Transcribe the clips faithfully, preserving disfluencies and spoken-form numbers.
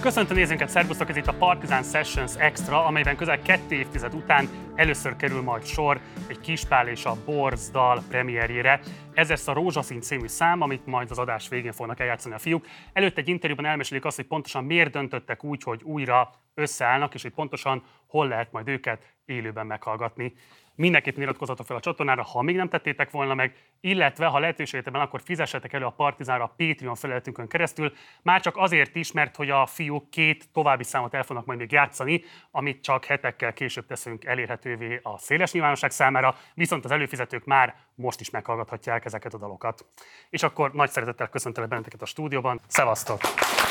Köszöntöm nézőinket, szervusztok! Ez itt a Partizan Sessions Extra, amelyben közel kettő évtized után először kerül majd sor egy Kispál és a Borz dal premierjére. Ez lesz a Rózsaszín című szám, amit majd az adás végén fognak eljátszani a fiúk. Előtte egy interjúban elmesélik azt, hogy pontosan miért döntöttek úgy, hogy újra összeállnak, és hogy pontosan hol lehet majd őket élőben meghallgatni. Mindenképpen iratkozzatok fel a csatornára, ha még nem tettétek volna meg, illetve ha lehetőségetekben, akkor fizessetek elő a Partizánra a Patreon felületünkön keresztül, már csak azért is, mert hogy a fiúk két további számot el fognak majd még játszani, amit csak hetekkel később teszünk elérhetővé a széles nyilvánosság számára, viszont az előfizetők már most is meghallgathatják ezeket a dalokat. És akkor nagy szeretettel köszöntelek benneteket a stúdióban. Szevasztok!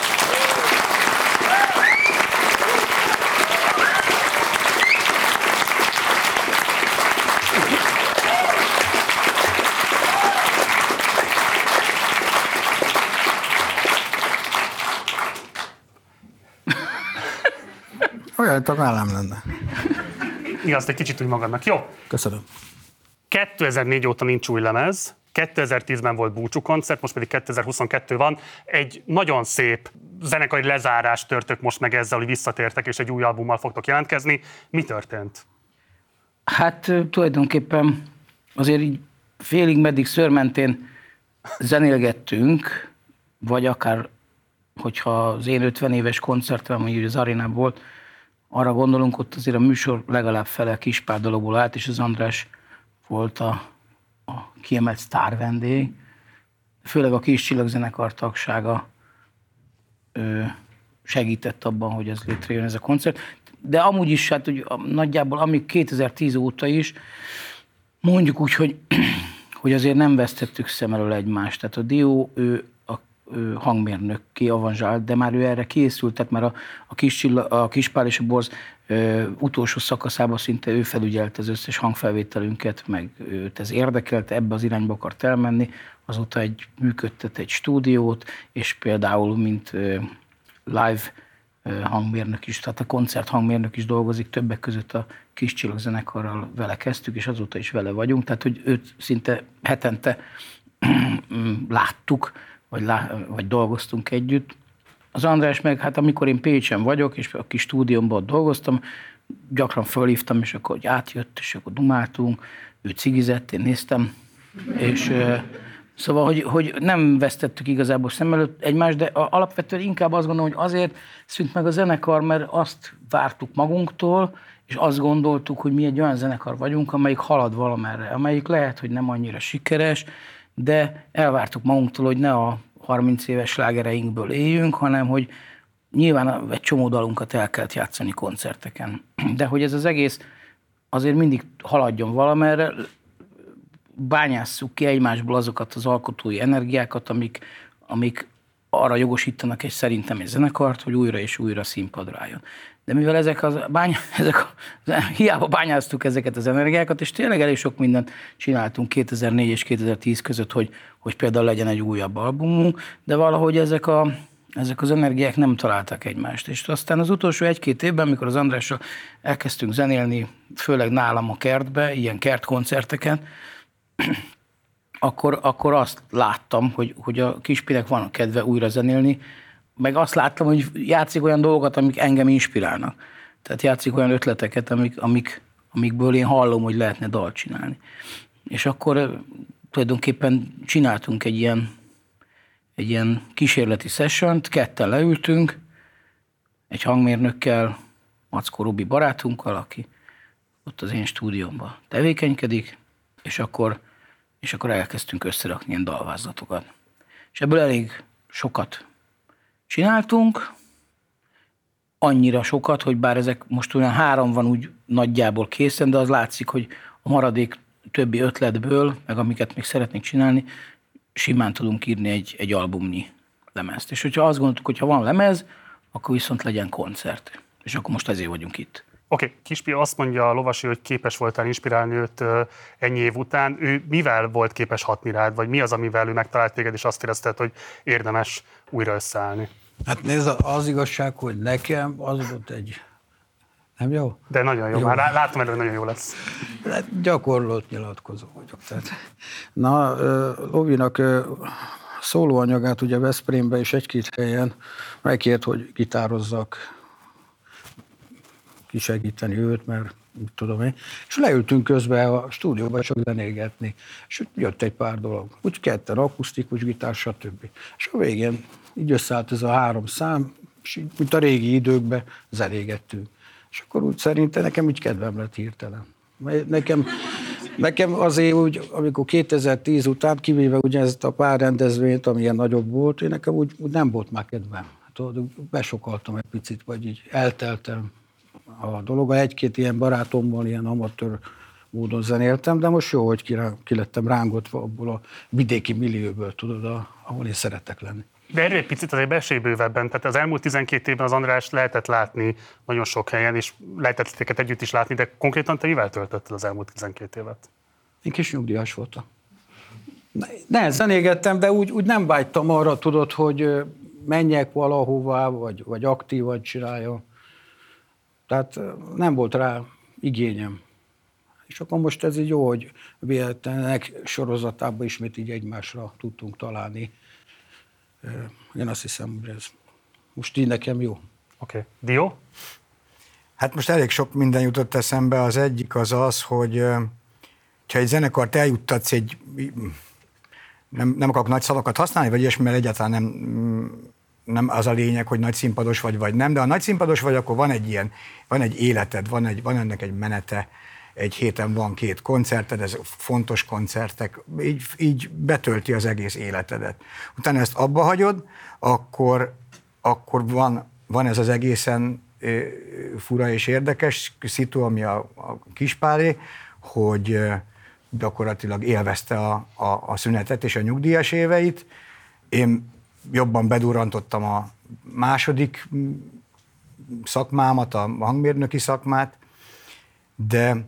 Olyan, hogy nálam lenne. Igaz, egy kicsit úgy magadnak. Jó? Köszönöm. kétezer-négy óta nincs új lemez, kétezer-tízben volt búcsú koncert, most pedig kétezer-huszonkettő van. Egy nagyon szép zenekari lezárás törtök most meg ezzel, hogy visszatértek, és egy új albummal fogtok jelentkezni. Mi történt? Hát tulajdonképpen azért így félig meddig szőrmentén zenélgettünk, vagy akár, hogyha az én ötven éves koncertem, ami az arénában volt, arra gondolunk, ott azért a műsor legalább fele Kispál dalokból állt, és az András volt a, a kiemelt sztár vendég. Főleg a Kis Csillagzenekar tagsága ö, segített abban, hogy ez létrejön ez a koncert. De amúgy is, hát úgy, nagyjából amíg kétezer-tíz óta is, mondjuk úgy, hogy, hogy azért nem vesztettük szem elől egymást. Tehát a Dió, ő hangmérnökké avanzsált, de már ő erre készült, tehát már a, a, kis Csilla, a Kispál és a Borz ö, utolsó szakaszában szinte ő felügyelte az összes hangfelvételünket, meg őt ez érdekelte, ebbe az irányba akart elmenni, azóta egy, működtet egy stúdiót, és például mint ö, live ö, hangmérnök is, tehát a koncert hangmérnök is dolgozik, többek között a Kis Csillagzenekarral vele kezdtük, és azóta is vele vagyunk, tehát hogy őt szinte hetente láttuk, Vagy, lá, vagy dolgoztunk együtt. Az András meg, hát amikor én Pécsen vagyok, és a kis stúdiómban dolgoztam, gyakran fölhívtam, és akkor hogy átjött, és akkor dumáltunk, ő cigizett, én néztem, és euh, szóval, hogy, hogy nem vesztettük igazából szem előtt egymást, de alapvetően inkább azt gondolom, hogy azért szűnt meg a zenekar, mert azt vártuk magunktól, és azt gondoltuk, hogy mi egy olyan zenekar vagyunk, amelyik halad valamerre, amelyik lehet, hogy nem annyira sikeres, de elvártuk magunktól, hogy ne a harminc éves slágereinkből éljünk, hanem hogy nyilván egy csomó dalunkat el kellett játszani koncerteken. De hogy ez az egész azért mindig haladjon valamerre, bányásszuk ki egymásból azokat az alkotói energiákat, amik, amik arra jogosítanak egy szerintem egy zenekart, hogy újra és újra színpadra álljon. De mivel ezek az bány, ezek a, hiába bányáztuk ezeket az energiákat, és tényleg elég sok mindent csináltunk kétezer-négy és kétezer-tíz között, hogy, hogy például legyen egy újabb albumunk, de valahogy ezek, a, ezek az energiák nem találtak egymást. És aztán az utolsó egy-két évben, amikor az Andrással elkezdtünk zenélni, főleg nálam a kertbe, ilyen kertkoncerteken, akkor, akkor azt láttam, hogy, hogy a Kispinek van a kedve újra zenélni, meg azt láttam, hogy játszik olyan dolgokat, amik engem inspirálnak. Tehát játszik olyan ötleteket, amik, amik, amikből én hallom, hogy lehetne dalt csinálni. És akkor tulajdonképpen csináltunk egy ilyen, egy ilyen kísérleti sessiont, ketten leültünk, egy hangmérnökkel, Mackó Robi barátunkkal, aki ott az én stúdiómban tevékenykedik, és akkor, és akkor elkezdtünk összerakni ilyen dalvázlatokat. És ebből elég sokat csináltunk, annyira sokat, hogy bár ezek most olyan három van úgy nagyjából készen, de az látszik, hogy a maradék többi ötletből, meg amiket még szeretnénk csinálni, simán tudunk írni egy, egy albumnyi lemezt. És hogyha azt gondoltuk, hogy ha van lemez, akkor viszont legyen koncert. És akkor most ezért vagyunk itt. Oké, okay. Kispi azt mondja a Lovasi, hogy képes voltál inspirálni őt ennyi év után. Ő mivel volt képes hatni rád, vagy mi az, amivel ő megtalált téged, és azt érezted, hogy érdemes újra összeállni? Hát nézd, az igazság, hogy nekem az volt egy... Nem jó? De nagyon jó, jó. Már látom elő, hogy nagyon jó lesz. Hát gyakorlott nyilatkozó vagyok. Tehát. Na, Lovinak szólóanyagát ugye Veszprémben és egy-két helyen megkért, hogy gitározzak, kisegíteni őt, mert mit tudom én. És leültünk közben a stúdióba csak zenégetni. És jött egy pár dolog. Úgy ketten, akusztikus gitár, stb. És a végén így összeállt ez a három szám, és így, mint a régi időkben zenégettünk. És akkor úgy szerintem nekem úgy kedvem lett hirtelen. Nekem, nekem azért úgy, amikor kétezer-tíz után, kivéve ugye ezt a pár rendezvényt, amilyen nagyobb volt, én nekem úgy, úgy nem volt már kedvem. Hát, besokaltam egy picit, vagy így elteltem a dolog. Egy-két ilyen barátommal ilyen amatőr módon zenéltem, de most jó, hogy ki, ki lettem rángotva abból a vidéki millióból, tudod, a, ahol én szeretek lenni. De erről egy picit azért beszélj bővebben. Tehát az elmúlt tizenkét évben az Andrást lehetett látni nagyon sok helyen, és lehetett titeket együtt is látni, de konkrétan te mivel töltötted az elmúlt tizenkét évet? Én kis nyugdíjas voltam. Ne, zenégettem, de úgy, úgy nem vágytam arra, tudod, hogy menjek valahová, vagy, vagy aktívan csináljam. Tehát nem volt rá igényem. És akkor most ez így jó, hogy véletlenek sorozatában ismét így egymásra tudtunk találni. Én azt hiszem, hogy ez most így nekem jó. Oké. Okay. Dio? Hát most elég sok minden jutott eszembe. Az egyik az az, hogy ha egy zenekart eljuttatsz egy, nem, nem akarok nagy szavakat használni, vagy ilyesmi, mert egyáltalán nem, nem az a lényeg, hogy nagy színpados vagy, vagy nem, de ha nagy színpados vagy, akkor van egy ilyen, van egy életed, van, egy, van ennek egy menete, egy héten van két koncerted, ez fontos koncertek, így, így betölti az egész életedet. Utána ezt abba hagyod, akkor, akkor van, van ez az egészen fura és érdekes szitu, ami a, a Kispálé, hogy gyakorlatilag élvezte a, a, a szünetet és a nyugdíjas éveit. Én jobban bedurrantottam a második szakmámat, a hangmérnöki szakmát, de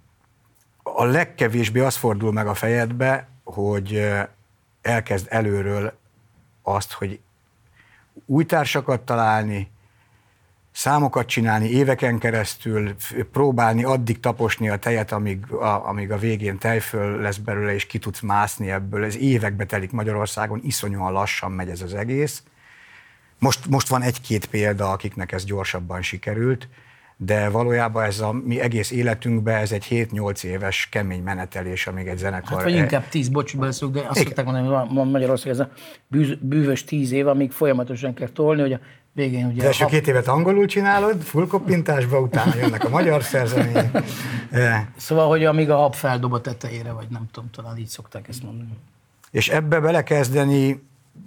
a legkevésbé az fordul meg a fejedbe, hogy elkezd előről azt, hogy új társakat találni, számokat csinálni éveken keresztül, próbálni addig taposni a tejet, amíg a, amíg a végén tejföl lesz belőle, és ki tudsz mászni ebből. Ez évekbe telik Magyarországon, iszonyúan lassan megy ez az egész. Most, most van egy-két példa, akiknek ez gyorsabban sikerült, de valójában ez a mi egész életünkben ez egy hét-nyolc éves kemény menetelés, amíg egy zenekar... Hát vagy inkább tíz, bocs, beleszok, de azt szokták mondani, hogy van Magyarország ez a bűz, bűvös tíz év, amíg folyamatosan kell tolni, hogy a végén ugye... Az első két évet angolul csinálod, full koppintásba, utána jönnek a magyar szerzemények. Szóval, hogy amíg a hab feldob a tetejére, vagy nem tudom, talán így szokták ezt mondani. És ebbe belekezdeni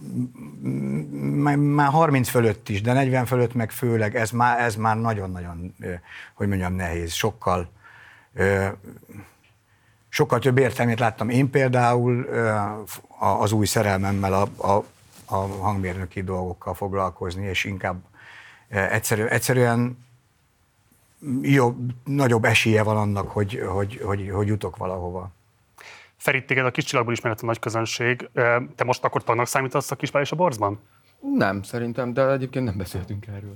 már harminc fölött is, de negyven fölött meg főleg, ez már, ez már nagyon-nagyon, hogy mondjam, nehéz. Sokkal, sokkal több értelmét láttam én például az új szerelmemmel a, a, a hangmérnöki dolgokkal foglalkozni, és inkább egyszerű, egyszerűen jobb, nagyobb esélye van annak, hogy, hogy, hogy, hogy jutok valahova. Feri, téged a Kis Csillagból ismert a nagy közönség. Te most akkor tagnak számítasz a Kispál és a Borzban? Nem, szerintem, de egyébként nem beszéltünk erről.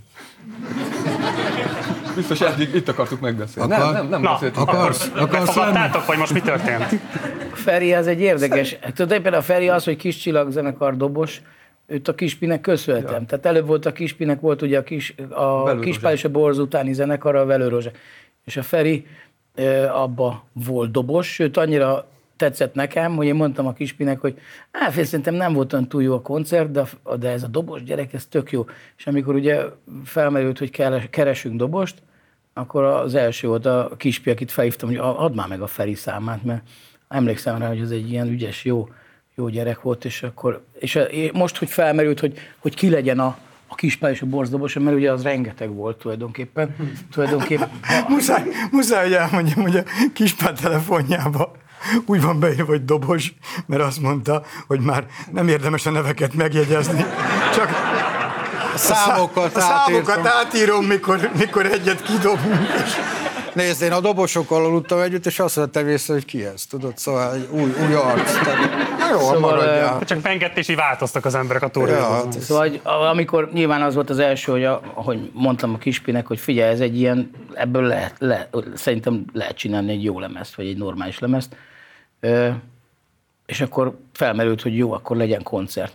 Biztos eddig itt akartuk megbeszélni. Akar? Nem, nem, nem Na, beszéltünk. Akarsz, akarsz befogadtátok, vagy most mi történt? Feri, ez egy érdekes. Tudod, éppen a Feri az, hogy Kis Csillag zenekar dobos, őt a Kispinek köszönhetem. Ja. Tehát előbb volt a Kispinek, volt ugye a, kis, a Kispál és a Borz utáni zenekar, a Velőrózsa. És a Feri abba volt dobos, sőt annyira tetszett nekem, hogy én mondtam a Kispinek, hogy hát szerintem nem volt olyan túl jó a koncert, de, de ez a dobos gyerek, ez tök jó. És amikor ugye felmerült, hogy keresünk dobost, akkor az első volt a Kispi, akit felhívtam, hogy add már meg a Feri számát, mert emlékszem rá, hogy ez egy ilyen ügyes, jó, jó gyerek volt, és akkor, és most, hogy felmerült, hogy, hogy ki legyen a, a Kispál és a Borz dobosa, mert ugye az rengeteg volt tulajdonképpen. tulajdonképpen muszáj, muszáj, hogy elmondjam, hogy a Kispál telefonjában úgy van beírva, hogy dobos, mert azt mondta, hogy már nem érdemes a neveket megjegyezni, csak a számokat, a számokat átírom, mikor, mikor egyet kidobunk. Nézd, én a dobosokkal aludtam együtt, és azt vettem észre, hogy ki ez, tudod, szóval egy új, új arc. Na jó, szóval, maradjál. Csak pengett, és így változtak az emberek a turnéban. Ja, szóval, hogy, amikor nyilván az volt az első, hogy a, ahogy mondtam a Kispinek, hogy figyelj, ez egy ilyen, ebből lehet, le, szerintem lehet csinálni egy jó lemezt, vagy egy normális lemezt. Ö, és akkor felmerült, hogy jó, akkor legyen koncert.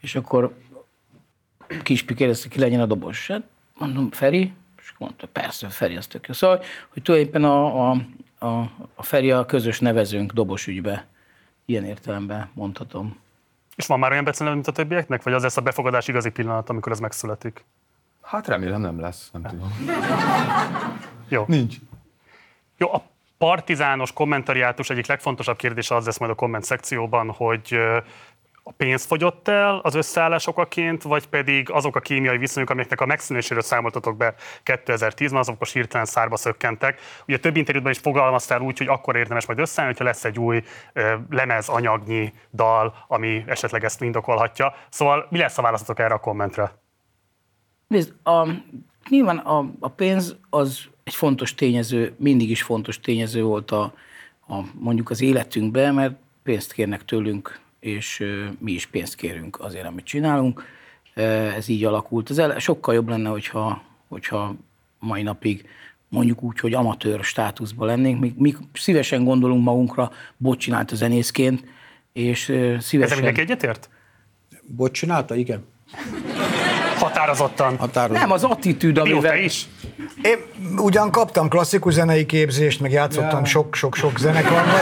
És akkor Kispi kérdezte, ki legyen a dobos. Hát mondom, Feri, és mondta, persze, Feri, az tök jó. Szóval, hogy tulajdonképpen a, a, a, a Feri a közös nevezőnk dobos ügybe, ilyen értelemben mondhatom. És van már olyan beceneve, mint a többieknek? Vagy az lesz a befogadás igazi pillanat, amikor ez megszületik? Hát remélem nem lesz, nem tudom. Jó. Nincs. Jó, a partizános kommentariátus egyik legfontosabb kérdése az lesz majd a komment szekcióban, hogy a pénz fogyott el az összeállás okaként, vagy pedig azok a kémiai viszonyok, amiknek a megszűnéséről számoltatok be kétezer-tízben, azok most hirtelen szárba szökkentek. Ugye több interjútban is fogalmaztál úgy, hogy akkor érdemes majd összeállni, hogyha lesz egy új lemez, anyagnyi dal, ami esetleg ezt indokolhatja. Szóval mi lesz a válaszatok erre a kommentre? Nézd, a, nyilván a, a pénz az egy fontos tényező, mindig is fontos tényező volt a, a mondjuk az életünkben, mert pénzt kérnek tőlünk, és mi is pénzt kérünk azért, amit csinálunk. Ez így alakult. Ez el, sokkal jobb lenne, hogyha, hogyha mai napig mondjuk úgy, hogy amatőr státuszban lennénk. Mi, mi szívesen gondolunk magunkra Bot csinálta zenészként, és szívesen... Ezzel mindenki egyetért? Bot csinálta? Igen. Határozottan. Határozottan. Nem, az attitűd, amivel... Jó, te is? Én ugyan kaptam klasszikus zenei képzést, meg játszottam sok-sok-sok zenekarban,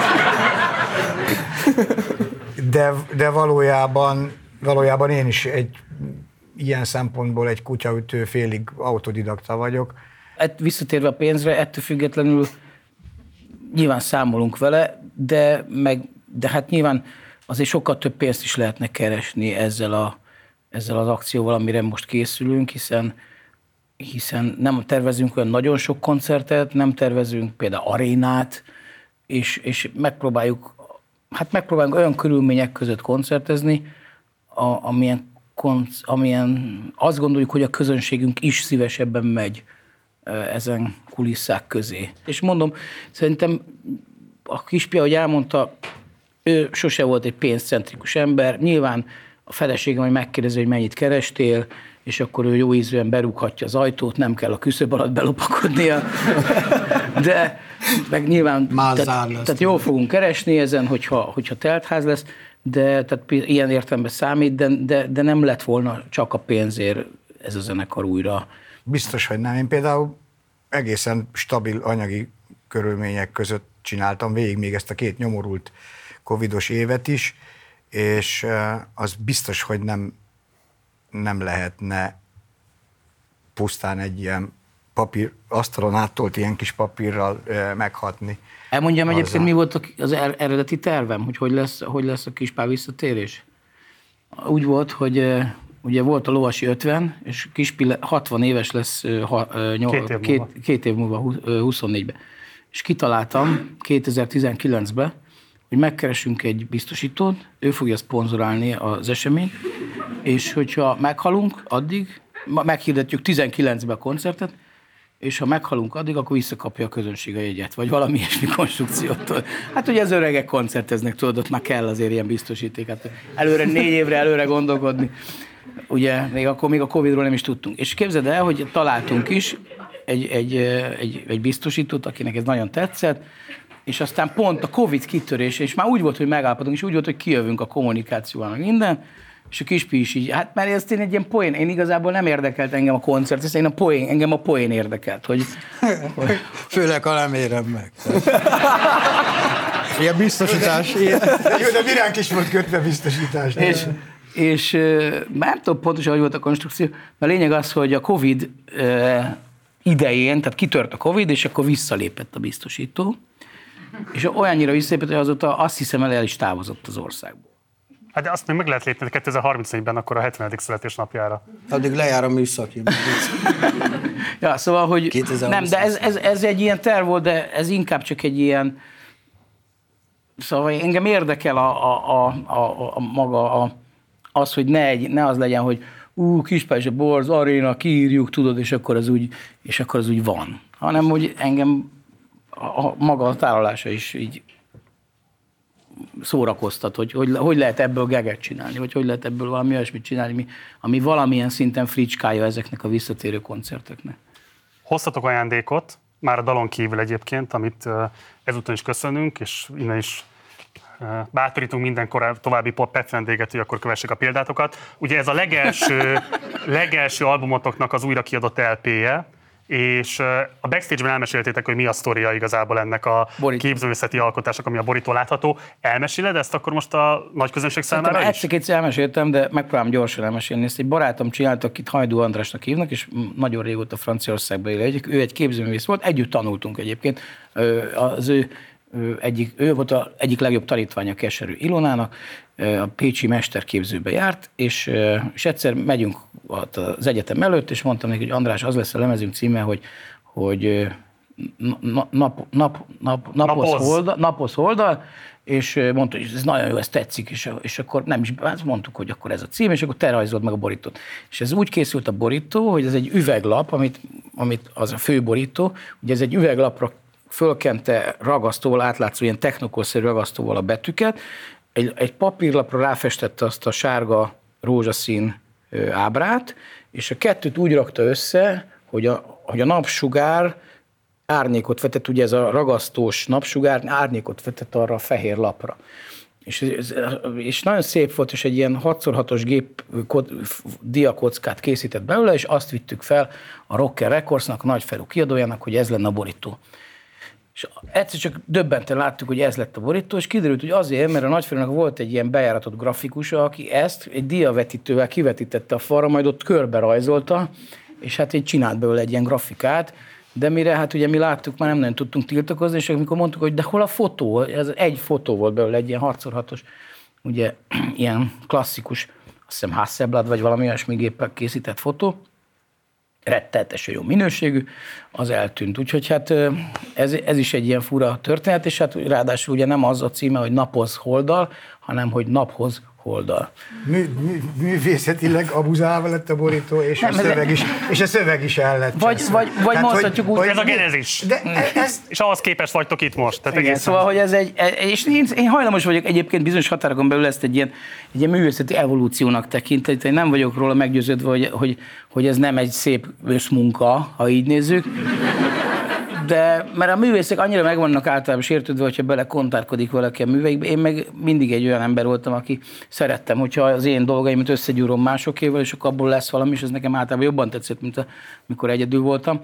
de, de valójában, valójában én is egy ilyen szempontból egy kutyaütő, félig autodidakta vagyok. Ett, visszatérve a pénzre, ettől függetlenül nyilván számolunk vele, de, meg, de hát nyilván azért sokkal több pénzt is lehetne keresni ezzel, a, ezzel az akcióval, amire most készülünk, hiszen hiszen nem tervezünk olyan nagyon sok koncertet, nem tervezünk például arénát, és, és megpróbáljuk, hát megpróbálunk olyan körülmények között koncertezni, a, amilyen, konc, amilyen azt gondoljuk, hogy a közönségünk is szívesebben megy ezen kulisszák közé. És mondom, szerintem a Kispi, ahogy elmondta, ő sose volt egy pénzcentrikus ember, nyilván a feleségem, hogy megkérdezi, hogy mennyit kerestél, és akkor ő jó ízűen berúghatja az ajtót, nem kell a küszöb alatt belopakodnia. De meg nyilván, tehát, tehát jól fogunk keresni ezen, hogyha, hogyha teltház lesz, de tehát ilyen értelemben számít, de, de, de nem lett volna csak a pénzért ez a zenekar újra. Biztos, hogy nem. Én például egészen stabil anyagi körülmények között csináltam végig még ezt a két nyomorult covidos évet is, és az biztos, hogy nem nem lehetne pusztán egy ilyen papír, asztalon áttolt ilyen kis papírral e, meghatni. Elmondjam azzal. Egyébként, mi volt az eredeti tervem, hogy hogy lesz, hogy lesz a Kispál visszatérés? Úgy volt, hogy ugye volt a Lovasi ötven, és Kispi hatvan éves lesz ha, nyol, két, év két, két év múlva, huszonnégyben. És kitaláltam kétezer-tizenkilencben, hogy megkeresünk egy biztosítót, ő fogja szponzorálni az eseményt, és hogyha meghalunk addig, meghirdetjük tizenkilencben a koncertet, és ha meghalunk addig, akkor visszakapja a közönség a jegyet, vagy valami ilyesmi konstrukciótól. Hát ugye az öregek koncerteznek, tudod, ott már kell azért ilyen biztosíték. Hát előre, négy évre előre gondolkodni. Ugye, még akkor még a Covidról nem is tudtunk. És képzeld el, hogy találtunk is egy, egy, egy, egy biztosítót, akinek ez nagyon tetszett, és aztán pont a Covid kitörése, és már úgy volt, hogy megállapodunk, és úgy volt, hogy kijövünk a kommunikációval, minden, és a Kispi is így, hát mert ezt én egy ilyen poén, én igazából nem érdekelt engem a koncert, ezt én a poén, engem a poén érdekelt, hogy... hogy... Főleg, ha nem érem meg. Ilyen biztosítás, ilyen... Jó, de miránk is volt kötve biztosítás. És, és nem tudom pontosan, hogy volt a konstrukció, a lényeg az, hogy a Covid idején, tehát kitört a Covid, és akkor visszalépett a biztosító, és olyannyira visszalépett, hogy azóta azt hiszem el, el is távozott az országból. Hát de azt még meg lehet lépni kétezer-harmincnégyben, akkor a hetvenedik születésnapjára. Addig lejár a műszaki. Ja, szóval, hogy nem, de ez, ez, ez egy ilyen terv volt, de ez inkább csak egy ilyen, szóval engem érdekel a, a, a, a, a maga a, az, hogy ne, egy, ne az legyen, hogy ú, Kispál és a Borz, aréna, kiírjuk, tudod, és akkor az úgy, és akkor az úgy van. Hanem, hogy engem a, a maga a tárolása is így szórakoztat, hogy, hogy hogy lehet ebből geget csinálni, vagy hogy lehet ebből valami olyasmit csinálni, ami, ami valamilyen szinten fricskája ezeknek a visszatérő koncerteknek. Hoztatok ajándékot, már a dalon kívül egyébként, amit ezúton is köszönünk, és innen is bátorítunk minden további pop vendéget, hogy akkor kövessék a példátokat. Ugye ez a legelső, legelső albumotoknak az újra kiadott el pé-je, és a backstage-ben elmeséltétek, hogy mi a sztoria igazából ennek a borító. Képzőművészeti alkotásnak, ami a borító látható. Elmeséled ezt akkor most a nagy közönség számára is? Egyszer-kétszer elmeséltem, de megpróbálom gyorsan elmesélni. Ezt egy barátom csinált, akit Hajdú Andrásnak hívnak, és nagyon régóta Franciaországban él. Ő egy képzőművész volt, együtt tanultunk egyébként. Az ő egyik, ő volt az egyik legjobb tanítványa Keserű Ilonának, a pécsi mesterképzőbe járt, és, és egyszer megyünk az egyetem előtt, és mondtam neki, hogy András, az lesz a lemezünk címe, hogy, hogy nap, nap, nap, nap, napoz, holdal, napoz holdal, és mondta, hogy ez nagyon jó, ez tetszik, és, és akkor nem is mondtuk, hogy akkor ez a cím, és akkor te rajzold meg a borítót. És ez úgy készült a borító, hogy ez egy üveglap, amit, amit az a fő borító, ugye ez egy üveglapra fölkente ragasztóval, átlátszó ilyen technokolszerű ragasztóval a betűket, egy, egy papírlapra ráfestette azt a sárga rózsaszín ábrát, és a kettőt úgy rakta össze, hogy a, hogy a napsugár árnyékot vetett, ugye ez a ragasztós napsugár árnyékot vetett arra a fehér lapra. És, és nagyon szép volt, és egy ilyen hat szor hatos gép diakockát készített belőle, és azt vittük fel a Rocker Recordsnak, a nagyfelú kiadójának, hogy ez lenne a borító. És egyszer csak döbbenten láttuk, hogy ez lett a borító, és kiderült, hogy azért, mert a nagyfelőnek volt egy ilyen bejáratott grafikusa, aki ezt egy diavetítővel kivetítette a falra, majd ott körbe rajzolta, és hát így csinált belőle egy ilyen grafikát, de mire hát ugye mi láttuk, már nem nagyon tudtunk tiltakozni, és amikor mondtuk, hogy de hol a fotó, ez egy fotó volt belőle, egy ilyen hat szor hatos, ugye ilyen klasszikus, azt hiszem Hasselblad vagy valami olyasmi géppel készített fotó, rettenetesen jó minőségű, az eltűnt. Úgyhogy hát ez, ez is egy ilyen fura történet, és hát ráadásul ugye nem az a címe, hogy napoz holdal, hanem hogy naphoz holdal. Mű, mű, művészetileg abuzálva lett a borító, és, nem, a, szöveg is, és a szöveg is el lett. Vagy, vagy, vagy hát, mondhatjuk hogy, úgy. Ez a genezis. De ez, és ahhoz képest vagytok itt most. Tehát igen, szóval, hogy ez egy, és én, én hajlamos vagyok egyébként bizonyos határokon belül ezt egy ilyen, egy ilyen művészeti evolúciónak tekinteni. Én nem vagyok róla meggyőződve, hogy, hogy, hogy ez nem egy szép összmunka, ha így nézzük. De mert a művészek annyira meg vannak általában sértődve, hogyha bele kontárkodik valaki a műveikbe. Én meg mindig egy olyan ember voltam, aki szerettem, hogyha az én dolgaimat összegyúrom másokével, és akkor abból lesz valami, és ez nekem általában jobban tetszett, mint amikor egyedül voltam.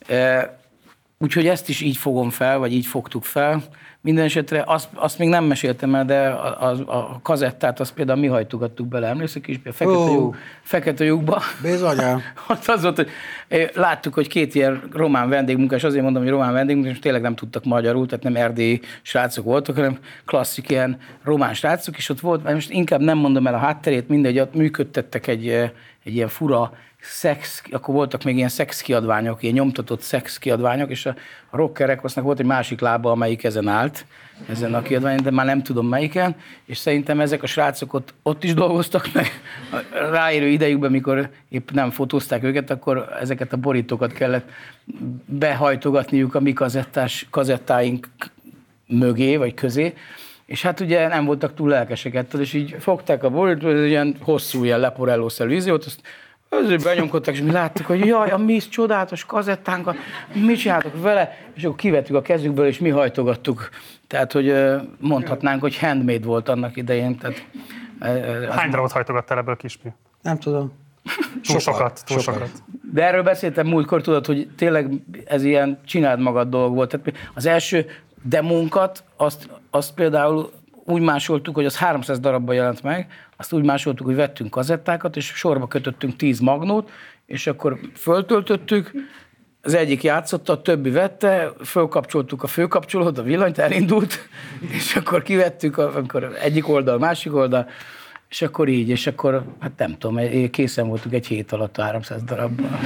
Úgyhogy ezt is így fogom fel, vagy így fogtuk fel. Minden esetre azt, azt még nem meséltem el, de a, a, a kazettát azt például mi hajtogattuk bele, emlékszek is? A fekete, oh. lyuk, fekete lyukba. Bizonyám. Az volt, hogy láttuk, hogy két ilyen román vendégmunkás, azért mondom, hogy román vendégmunkás, és tényleg nem tudtak magyarul, tehát nem erdélyi srácok voltak, hanem klasszik ilyen román srácok, és ott volt, most inkább nem mondom el a hátterét, mindegy, ott működtettek egy, egy ilyen fura szex, akkor voltak még ilyen szexkiadványok, ilyen nyomtatott szexkiadványok, és a, a Rocker Recordsnak volt egy másik lába, amelyik ezen állt, ezen a kiadványon, de már nem tudom melyiken, és szerintem ezek a srácok ott, ott is dolgoztak meg. A ráérő idejükben, mikor épp nem fotózták őket, akkor ezeket a borítókat kellett behajtogatniuk a mi kazettás, kazettáink mögé, vagy közé, és hát ugye nem voltak túl lelkesek ettől, és így fogták a borítót, ez ilyen hosszú, ilyen leporellószerű víziót, azt azért benyomkodtak, és mi láttuk, hogy jaj, a mi csodálatos kazettánkat, mit csináltak vele, és akkor kivettük a kezükből, és mi hajtogattuk. Tehát, hogy mondhatnánk, hogy handmade volt annak idején. Tehát, hány darabot hajtogattál ebből, Kispi? Nem tudom. Túl sokat, túl sokat. sokat. De erről beszéltem múltkor, tudod, hogy tényleg ez ilyen csináld magad dolog volt. Tehát az első demónkat, azt, azt például úgy másoltuk, hogy az háromszáz darabban jelent meg, azt úgy másoltuk, hogy vettünk kazettákat, és sorba kötöttünk tíz magnót, és akkor föltöltöttük, az egyik játszotta, a többi vette, fölkapcsoltuk a főkapcsolót, a villanyt elindult, és akkor kivettük, amikor egyik oldal, másik oldal, és akkor így, és akkor, hát nem tudom, készen voltunk egy hét alatt a háromszáz darabban.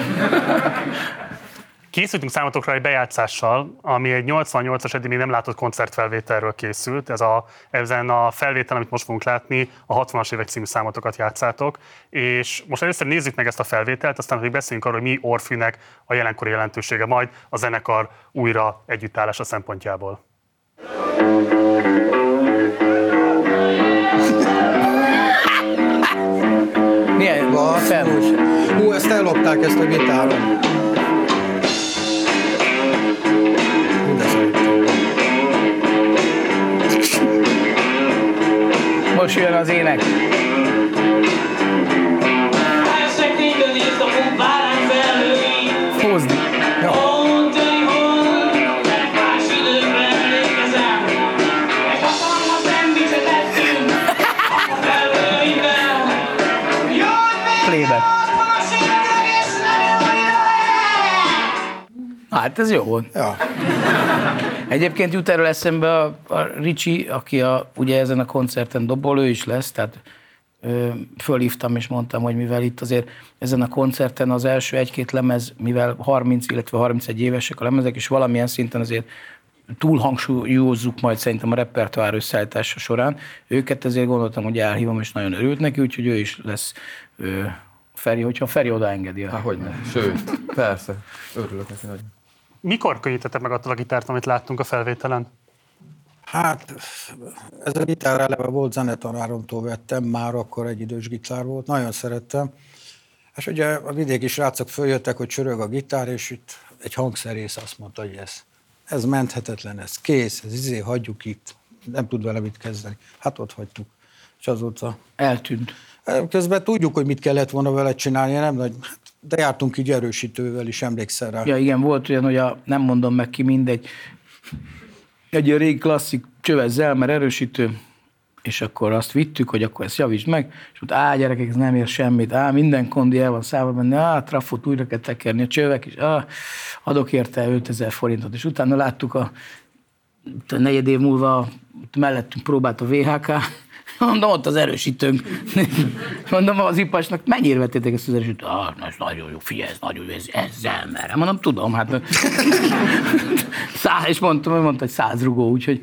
Készültünk számotokra egy bejátszással, ami egy nyolcvannyolcas eddig még nem látott koncertfelvételről készült. Ez a, ezen a felvétel, amit most fogunk látni, a hatvanas évek című számotokat játszátok. És most először nézzük meg ezt a felvételt, aztán pedig beszéljünk arról, hogy mi Orphűnek a jelenkori jelentősége majd a zenekar újra együttállása szempontjából. Milyen basszus! Hú, ezt ellopták, ezt a gitáron. gyorsuljon az ének. Hozd. Ja. Playback. Hát ez jó volt. Ja. Egyébként jut erről eszembe a, a Ricsi, aki a, ugye ezen a koncerten dobol, ő is lesz, tehát ö, fölhívtam és mondtam, hogy mivel itt azért ezen a koncerten az első egy-két lemez, mivel harminc, illetve harmincegy évesek a lemezek, és valamilyen szinten azért túlhangsúlyozzuk majd szerintem a repertoár összeállítása során. Őket ezért gondoltam, hogy elhívom, és nagyon örült neki, úgyhogy ő is lesz ö, Feri, hogyha Feri odaengedi. Há, hogyne. Sőt, persze. Örülök neki nagyon. Mikor könnyítetted meg attól a gitárt, amit láttunk a felvételen? Hát ez a gitár eleve volt zenetanáromtól vettem, már akkor egy idős gitár volt, nagyon szerettem. És ugye a vidéki srácok följöttek, hogy csörög a gitár, és itt egy hangszerész azt mondta, hogy ez, ez menthetetlen, ez kész, ez izé, hagyjuk itt, nem tud vele mit kezdeni. Hát ott hagytuk, és azóta... Eltűnt. Közben tudjuk, hogy mit kellett volna vele csinálni, nem nagy, de jártunk így erősítővel is, emlékszel rá. Ja igen, volt olyan, hogy a, nem mondom meg ki, mindegy, egy ilyen régi klasszik csöves zelmer erősítő, és akkor azt vittük, hogy akkor ezt javítsd meg, és ott á, gyerekek, ez nem ér semmit, á, minden kondi el van szállva benne, á, trafot újra kell tekerni, a csövek is, á, adok érte ötezer forintot, és utána láttuk a, a negyed év múlva mellettünk próbált a vé há ká, mondom, ott az erősítőnk. Mondom az ipasnak, mennyire vettétek ezt az erősítőt? Ah, ez nagyon jó, figyelj, ez nagyon jó, ez, ez zelmer. Mondom, tudom, hát száz, és mondtam, mondta, hogy száz rugó, úgyhogy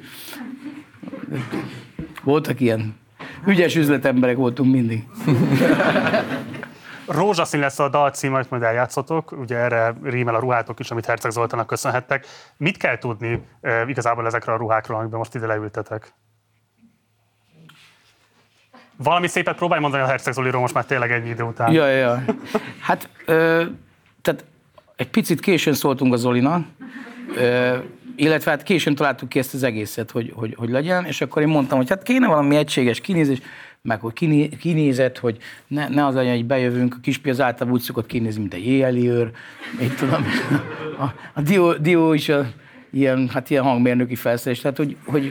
voltak ilyen ügyes üzletemberek voltunk mindig. Rózsaszín lesz a dal cím, amit majd eljátszotok, ugye erre rímel a ruhátok is, amit Herceg Zoltánnak köszönhettek. Mit kell tudni e, igazából ezekről a ruhákról, amikben most ide leültetek? Valami szépet próbálj mondani a Herceg Zoliról most már tényleg ennyi idő után. Ja, ja. Hát, ö, tehát egy picit későn szóltunk a Zolinak, ö, illetve hát későn találtuk ki ezt az egészet, hogy, hogy, hogy legyen, és akkor én mondtam, hogy hát kéne valami egységes kinézés, meg hogy kiné, kinézet, hogy ne, ne az legyen, hogy bejövünk, a Kispia az általában úgy szokott kinézni, mint egy éjjeli őr, így tudom, a, a Dió, Dió is a, ilyen, hát ilyen hangmérnöki felszerelés, tehát hogy, hogy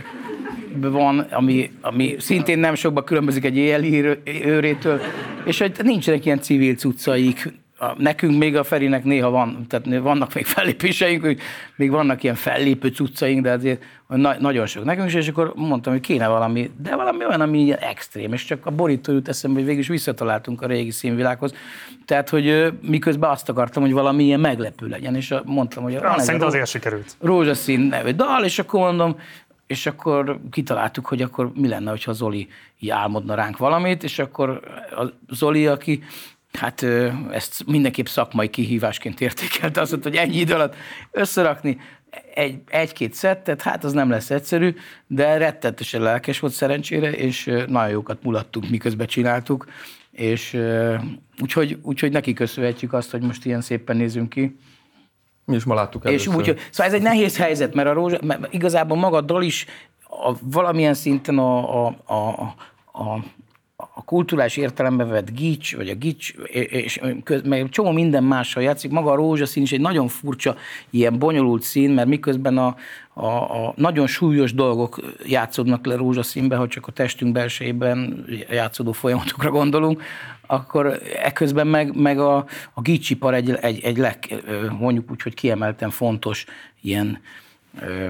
van, ami, ami szintén nem sokba különbözik egy éjjeli őrétől, és hogy nincsenek ilyen civil cuccaik. Nekünk még a Ferinek néha van, tehát vannak még fellépéseink, hogy még vannak ilyen fellépő cuccaink, de azért na- nagyon sok nekünk is, és akkor mondtam, hogy kéne valami, de valami olyan, ami ilyen extrém, és csak a borító jut eszembe, hogy végül is visszataláltunk a régi színvilághoz. Tehát, hogy miközben azt akartam, hogy valami ilyen meglepő legyen, és mondtam, hogy van ez a azért sikerült. Rózsaszín nevű dal, és akkor mondom, és akkor kitaláltuk, hogy akkor mi lenne, hogyha Zoli így álmodna ránk valamit, és akkor a Zoli, aki hát ezt mindenképp szakmai kihívásként értékelte, azt mondta, hogy ennyi idő alatt összerakni egy, egy-két szettet, hát az nem lesz egyszerű, de rettetesen lelkes volt szerencsére, és nagyon jókat mulattunk, miközben csináltuk, és úgyhogy, úgyhogy neki köszönhetjük azt, hogy most ilyen szépen nézünk ki. Mi is ma láttuk először. És úgy, szóval ez egy nehéz helyzet, mert a rózsa, mert igazából magaddal is a, valamilyen szinten a, a, a, a, a kulturális értelemben vett gics, vagy a gics, és meg csomó minden mással játszik. Maga a rózsaszín is egy nagyon furcsa, ilyen bonyolult szín, mert miközben a, a, a nagyon súlyos dolgok játszódnak le rózsaszínben, hogy csak a testünk belsejében játszódó folyamatokra gondolunk, akkor eközben meg, meg a, a gicsipar egy, egy, egy leg, mondjuk úgy, hogy kiemelten fontos ilyen ö,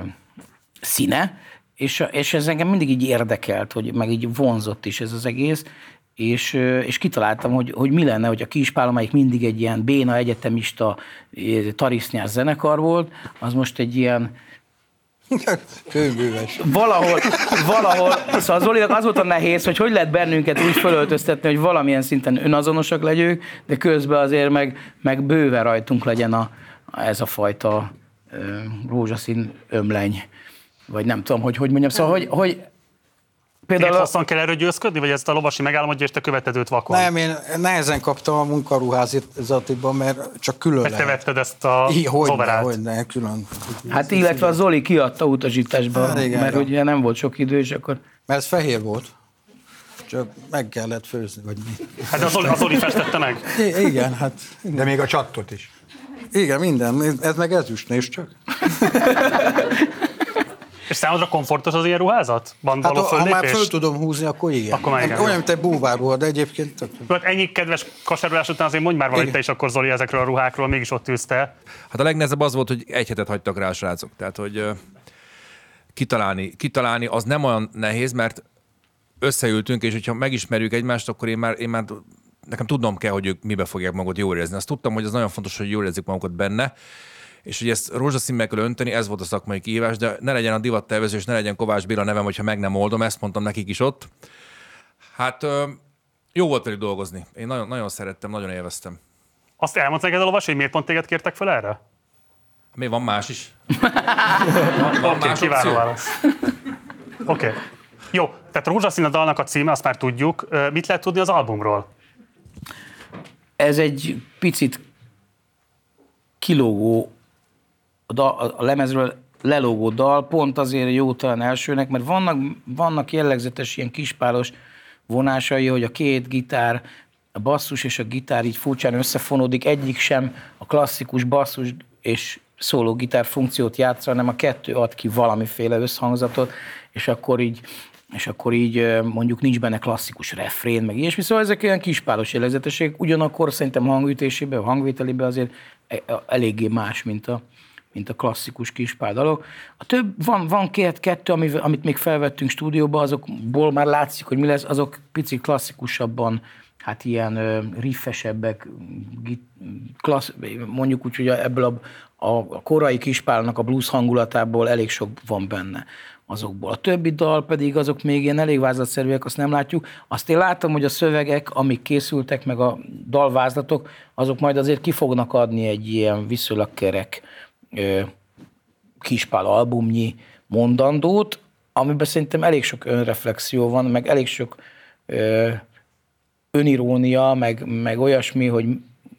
színe, és, és ez engem mindig így érdekelt, hogy meg így vonzott is ez az egész, és, és kitaláltam, hogy, hogy mi lenne, hogy a Kispál, amelyik mindig egy ilyen béna egyetemista tarisznyás zenekar volt, az most egy ilyen Kőműves. Valahol, valahol, szóval Zolinak az volt a nehéz, hogy hogy lehet bennünket úgy fölöltöztetni, hogy valamilyen szinten önazonosak legyünk, de közben azért meg, meg bőven rajtunk legyen a, ez a fajta ö, rózsaszín ömleny, vagy nem tudom, hogy hogy mondjam. Szóval, hogy, hogy például... Téged hosszan kell erről győzködni, vagy ezt a lovasi megálmodja, és te követed őt vakon? Nem, én nehezen kaptam a munkaruházatiban, mert csak külön lehet. Te vetted ezt a overát. Hogyne, külön. Hát illetve a Zoli kiadta utasításba, hát igen, mert ja. ugye nem volt sok idő, és akkor... Mert ez fehér volt. csak meg kellett főzni, vagy mi. Hát az Zoli, az Zoli festette meg? I- igen, hát... De még a csattot is. Igen, minden. Ez meg ezüst, nézd csak. És számodra komfortos az ilyen ruházat? Van Hát való ha már föllépés? föl tudom húzni, akkor igen. Akkor már igen, Olyan, jó. mint egy búvárból, de egyébként... tök- Hát ennyi kedves kasárolás után azért mondj már valamit te is akkor, Zoli, ezekről a ruhákról, mégis ott ülsz te. Hát a legnehezebb az volt, hogy egy hetet hagytak rá a srácok. Tehát, hogy ö, kitalálni, kitalálni az nem olyan nehéz, mert összeültünk, és hogyha megismerjük egymást, akkor én már, én már nekem tudnom kell, hogy ők mibe fogják magukat jól érezni. Azt tudtam, hogy az nagyon fontos, hogy jól érzik magukat benne, és hogy ezt rózsaszínbe kell önteni, ez volt a szakmai kihívás, de ne legyen a divattervező, és ne legyen Kovács Béla nevem, hogyha meg nem oldom, ezt mondtam nekik is ott. Hát ö, jó volt velük dolgozni. Én nagyon, nagyon szerettem, nagyon élveztem. Azt elmondta neked a lovas, hogy miért pont téged kértek fel erre? Még van más is. Oké, okay, más kiváló opció? válasz. Oké. Okay. Jó, tehát Rózsaszín a dalnak a címe, azt már tudjuk. Ö, Mit lehet tudni az albumról? Ez egy picit kilógó, a, dal, a lemezről lelógó dal, pont azért jó talán elsőnek, mert vannak, vannak jellegzetes ilyen kispálos vonásai, hogy a két gitár, a basszus és a gitár így furcsán összefonódik, egyik sem a klasszikus basszus és szóló gitár funkciót játsza, hanem a kettő ad ki valamiféle összhangzatot, és akkor így és akkor így mondjuk nincs benne klasszikus refrén, meg ilyesmi. Szóval ezek olyan kispálos jellegzetességek, ugyanakkor szerintem hangütésében, hangvételében azért eléggé más, mint a, mint a klasszikus kispál dalok. A több, van, van két, kettő, amit még felvettünk stúdióba, azokból már látszik, hogy mi lesz, azok picit klasszikusabban, hát ilyen riffesebbek, klassz, mondjuk úgy, hogy ebből a, a korai kispálnak a blues hangulatából elég sok van benne azokból. A többi dal pedig azok még ilyen elég vázlatszerűek, azt nem látjuk. Azt én láttam, hogy a szövegek, amik készültek, meg a dalvázlatok, azok majd azért ki fognak adni egy ilyen viszonylag kerek ö, kispál albumnyi mondandót, amiben szerintem elég sok önreflexió van, meg elég sok ö, önirónia, meg, meg olyasmi, hogy,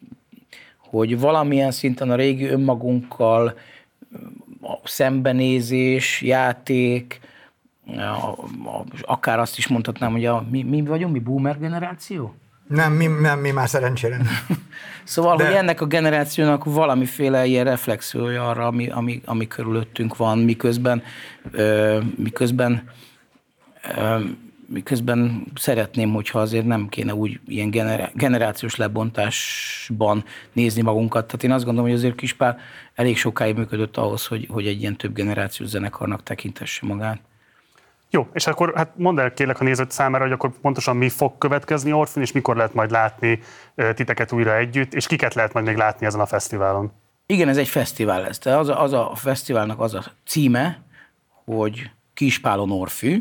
hogy valamilyen szinten a régi önmagunkkal a szembenézés, játék, a, a, akár azt is mondhatnám, hogy a, mi, mi vagyunk, mi boomer generáció? Nem, mi, nem, mi már szerencsére nem. Szóval, De... hogy ennek a generációnak valamiféle ilyen reflexiója arra, ami, ami, ami körülöttünk van, miközben, ö, miközben ö, miközben szeretném, hogyha azért nem kéne úgy ilyen gener- generációs lebontásban nézni magunkat. Tehát én azt gondolom, hogy azért Kispál elég sokáig működött ahhoz, hogy, hogy egy ilyen több generációs zenekarnak tekintesse magát. Jó, és akkor hát mondd el kérlek a nézőt számára, hogy akkor pontosan mi fog következni Orfűn, és mikor lehet majd látni titeket újra együtt, és kiket lehet majd még látni ezen a fesztiválon. Igen, ez egy fesztivál lesz. De az a, az a fesztiválnak az a címe, hogy Kispálon Orfű.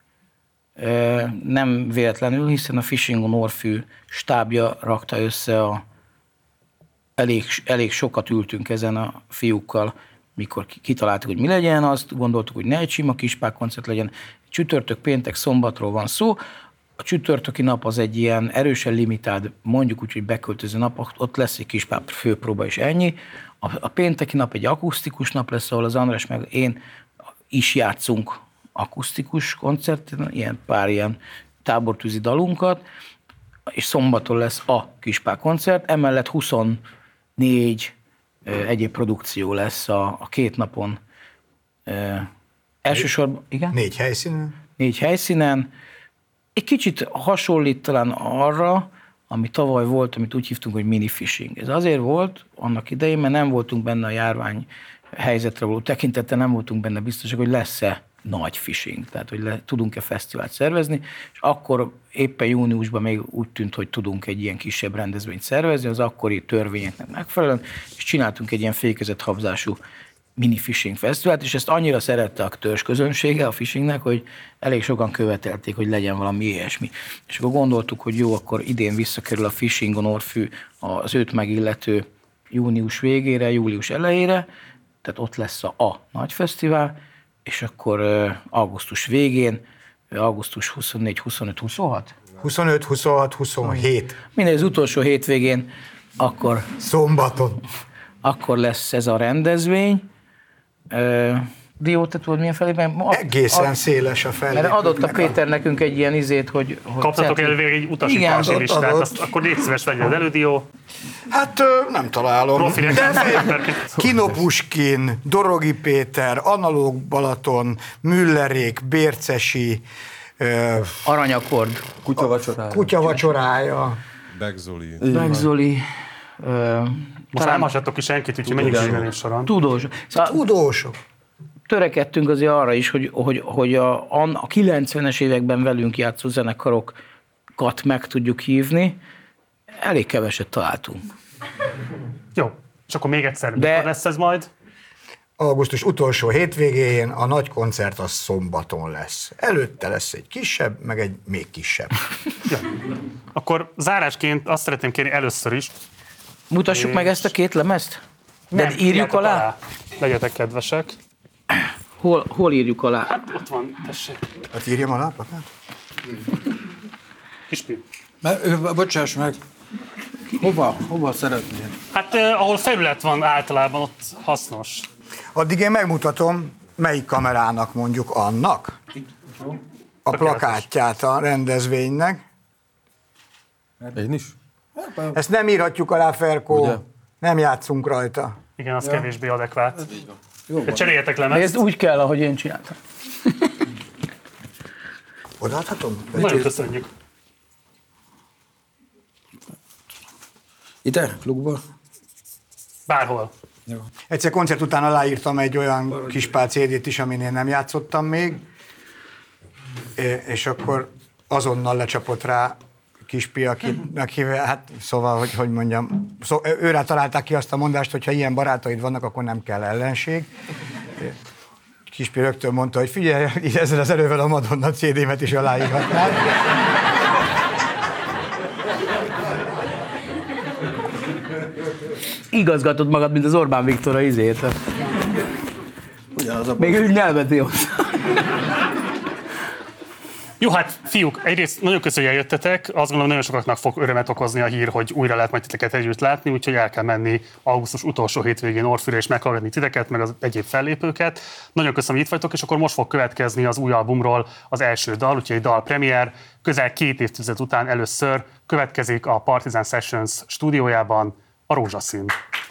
Nem véletlenül, hiszen a Fishingon Orfű stábja rakta össze a elég, elég sokat ültünk ezen a fiúkkal, mikor kitaláltuk, hogy mi legyen, azt gondoltuk, hogy ne egy sima Kispál koncert legyen. Csütörtök, péntek, szombatról van szó. A csütörtöki nap az egy ilyen erősen limitált, mondjuk úgy, hogy beköltöző nap, ott lesz egy Kispál főpróba és ennyi. A, a pénteki nap egy akusztikus nap lesz, ahol az András meg én is játszunk akusztikus koncerten, ilyen pár ilyen tábortűzi dalunkat, és szombaton lesz a Kispál koncert, emellett huszonnégy egyéb produkció lesz a, a két napon. E, elsősorban, igen? Négy helyszínen? Négy helyszínen. Egy kicsit hasonlít talán arra, ami tavaly volt, amit úgy hívtunk, hogy mini fishing. Ez azért volt annak idején, mert nem voltunk benne a járvány helyzetre való tekintettel, nem voltunk benne biztosak, hogy lesz-e nagy fishing, tehát hogy le, tudunk-e fesztivált szervezni, és akkor éppen júniusban még úgy tűnt, hogy tudunk egy ilyen kisebb rendezvényt szervezni, az akkori törvényeknek megfelelően, és csináltunk egy ilyen fékezett habzású mini fishing fesztivált, és ezt annyira szerette a törzs közönsége a fishingnek, hogy elég sokan követelték, hogy legyen valami ilyesmi. És akkor gondoltuk, hogy jó, akkor idén visszakerül a Fishingon Orfű az őt megillető június végére, július elejére, tehát ott lesz a, a nagy fesztivál, és akkor uh, augusztus végén, augusztus huszonnégy, huszonöt, huszonhat? huszonöt, huszonhat, huszonhét. Minden az utolsó hétvégén, akkor... Szombaton. Akkor lesz ez a rendezvény. Uh, diót, te tudod milyen felében? Egészen a, széles a fellépőknek. Mert adott a Péter nekünk egy ilyen izét, hogy... hogy kaptatok elvég egy utasítási listát, azt akkor légy szíves vegyél az elődió. Hát nem találom. Profi Kino Puskin, Dorogi Péter, Analóg Balaton, Müllerék, Bércesi, uh, Aranyakord. Kutyavacsorája. Kutyavacsorája. Begzoli. Begzoli. Uh, most nem hassatok ki senkit, úgyhogy menjünk végül soron. Tudósok. Szóval Tudósok. törekedtünk azért arra is, hogy, hogy, hogy a, a kilencvenes években velünk játszó zenekarokat meg tudjuk hívni. Elég keveset találtunk. Jó, és akkor még egyszer, De... mikor lesz ez majd? Augusztus utolsó hétvégén a nagy koncert az szombaton lesz. Előtte lesz egy kisebb, meg egy még kisebb. Ja. Akkor zárásként azt szeretném kérni először is. Mutassuk és... meg ezt a két lemezt? De Nem, írjuk alá? alá? Legyetek kedvesek. Hol, hol írjuk alá? Hát ott van, tessék. Hát írjam alá, plakát? Kispi. Bocsáss meg, hova, hova szeretnél? Hát eh, ahol felület van általában, ott hasznos. Addig én megmutatom, melyik kamerának mondjuk annak a plakátját a rendezvénynek. Én is? Ezt nem írhatjuk alá, Ferkó. Ugye? Nem játszunk rajta. Igen, az ja. kevésbé adekvát. Jó van. Cseréljetek le, De mert ez úgy kell, ahogy én csináltam. Odaadhatom? nagyon köszönjük. Ide, klubba? Bárhol. Jó. Egyszer koncert után aláírtam egy olyan kis pál cé dét is, amin én nem játszottam még, és akkor azonnal lecsapott rá Kispi, aki, akivel, hát szóval, hogy, hogy mondjam, szó, őrá találták ki azt a mondást, hogy ha ilyen barátaid vannak, akkor nem kell ellenség. Kispi rögtön mondta, hogy figyelj, ezzel az erővel a Madonna cé démet is aláírhatnád. Igazgatod magad, mint az Orbán Viktor a izét. Ugyanaz a Még úgy nyelveti hozzá. Jó, hát fiúk, egyrészt nagyon köszönjük, hogy eljöttetek. Azt gondolom, nagyon sokaknak fog örömet okozni a hír, hogy újra lehet majd titeket együtt látni, úgyhogy el kell menni augusztus utolsó hétvégén Orfűre és meghallgatni titeket, meg az egyéb fellépőket. Nagyon köszönöm, hogy itt vagytok, és akkor most fog következni az új albumról az első dal, úgyhogy egy dal premier. Közel két évtized után először következik a Partizan Sessions stúdiójában a Rózsaszín.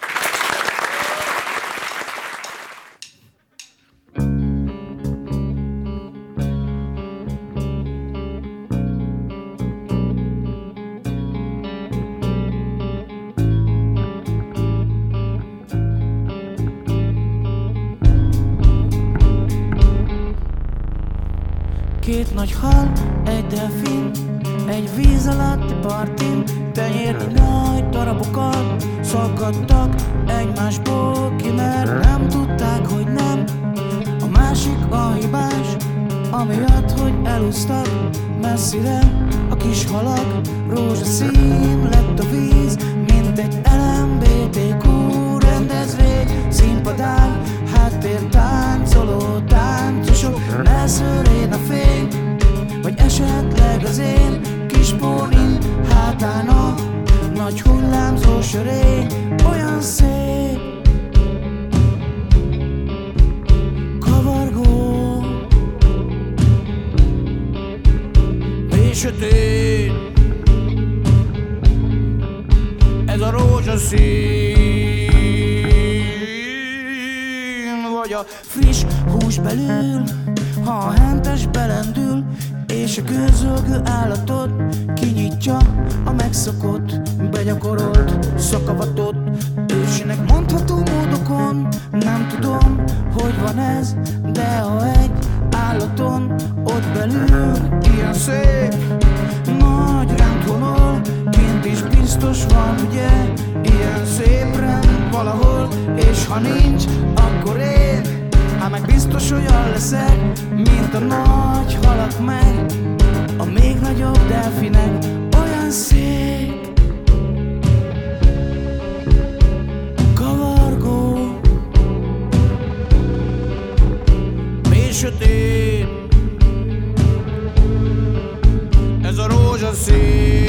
Két nagy hal, egy delfin, egy víz alatti partin, tenyérni nagy darabokat szakadtak egymásból ki, mert nem tudták, hogy nem. A másik a hibás, amiatt, hogy elúsztak messzire a kis halak. Rózsaszín lett a víz, mint egy el em bé té kú rendezvény. Színpadán, háttér táncoló táncosok, ne szőrén a fény, vagy esetleg az én kis pónim hátán a nagy hullámzó sörény. Olyan szép, kavargó, mély sötét, ez a rózsaszín, vagy a friss hús belül, ha a hentes belendül, és a közölgő állatot kinyitja a megszokott, begyakorolt szakavatot. Ősinek mondható módokon, nem tudom, hogy van ez, de ha egy állaton ott belül ilyen szép, nagy rend honol, kint is biztos van, ugye, ilyen szép rend valahol, és ha nincs, akkor én, hát meg biztos olyan leszek, mint a nagy halak meg, a még nagyobb delfinek. Olyan szép, kavargó, mély sötét, ez a rózsaszín.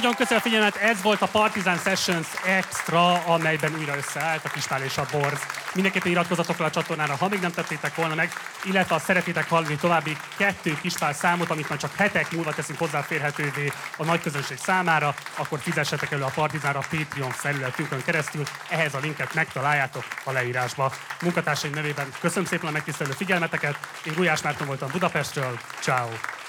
Nagyon köszönöm a figyelmet, ez volt a Partizan Sessions Extra, amelyben újra összeállt a Kispál és a Borz. Mindenképpen iratkozzatok fel a csatornára, ha még nem tettétek volna meg, illetve ha szeretnétek hallani további kettő Kispál számot, amit majd csak hetek múlva teszünk hozzáférhetővé a nagy közönség számára, akkor fizessetek elő a Partizánra a Patreon felületünkön keresztül. Ehhez a linket megtaláljátok a leírásba. Munkatársaim nevében köszönöm szépen a megtisztelő figyelmeteket. Én Gulyás Márton voltam Budapestről. Ciao.